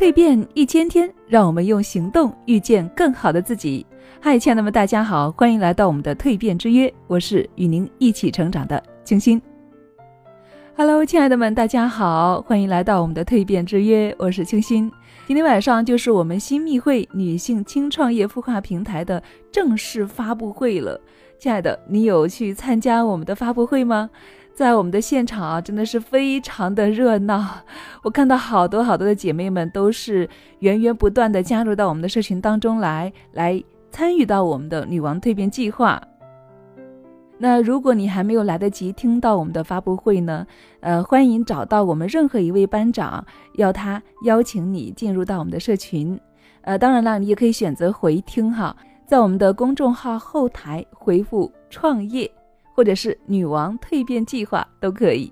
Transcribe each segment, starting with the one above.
蜕变1000天，让我们用行动遇见更好的自己。嗨，亲爱的们，大家好，欢迎来到我们的蜕变之约，我是与您一起成长的清新。Hello， 亲爱的们，大家好，欢迎来到我们的蜕变之约，我是清新。今天晚上就是我们新密会女性轻创业孵化平台的正式发布会了。亲爱的，你有去参加我们的发布会吗？在我们的现场啊，真的是非常的热闹。我看到好多的姐妹们都是源源不断的加入到我们的社群当中来参与到我们的女王蜕变计划。那如果你还没有来得及听到我们的发布会呢，欢迎找到我们任何一位班长，要他邀请你进入到我们的社群。当然了，你也可以选择回听哈，在我们的公众号后台回复创业或者是女王蜕变计划都可以。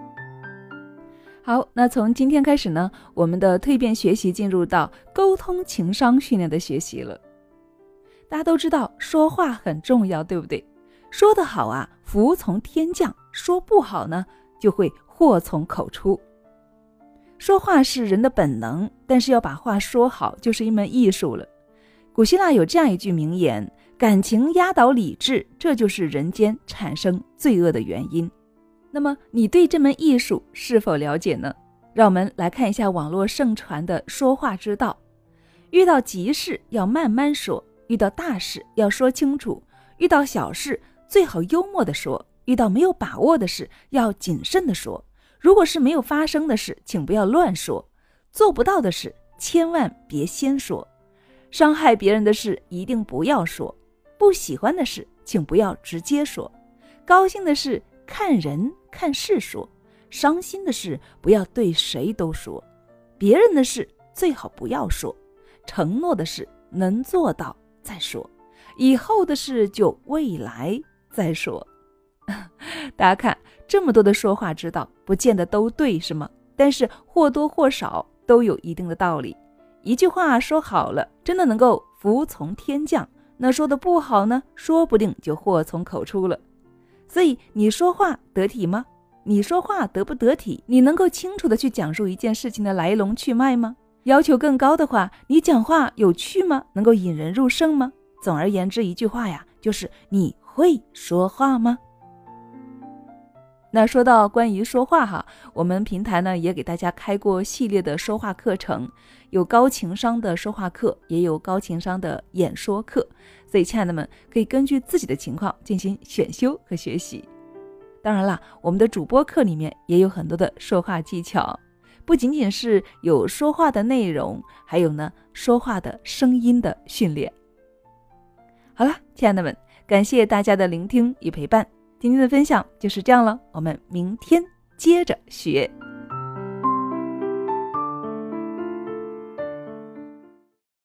好，那从今天开始呢，我们的蜕变学习进入到沟通情商训练的学习了。大家都知道说话很重要，对不对？说得好啊，福从天降；说不好呢，就会祸从口出。说话是人的本能，但是要把话说好就是一门艺术了。古希腊有这样一句名言，感情压倒理智，这就是人间产生罪恶的原因。那么你对这门艺术是否了解呢？让我们来看一下网络盛传的说话之道。遇到急事要慢慢说，遇到大事要说清楚，遇到小事最好幽默地说，遇到没有把握的事要谨慎地说，如果是没有发生的事，请不要乱说，做不到的事千万别先说，伤害别人的事一定不要说，不喜欢的事请不要直接说，高兴的事看人看事说，伤心的事不要对谁都说，别人的事最好不要说，承诺的事能做到再说，以后的事就未来再说。大家看这么多的说话之道，不见得都对是吗？但是或多或少都有一定的道理。一句话说好了，真的能够福从天降，那说的不好呢，说不定就祸从口出了。所以你说话得体吗？你说话得不得体？你能够清楚地去讲述一件事情的来龙去脉吗？要求更高的话，你讲话有趣吗？能够引人入胜吗？总而言之，一句话呀，就是你会说话吗？那说到关于说话哈，我们平台呢也给大家开过系列的说话课程，有高情商的说话课，也有高情商的演说课，所以亲爱的们可以根据自己的情况进行选修和学习。当然啦，我们的主播课里面也有很多的说话技巧，不仅仅是有说话的内容，还有呢说话的声音的训练。好了，亲爱的们，感谢大家的聆听与陪伴，今天的分享就是这样了，我们明天接着学。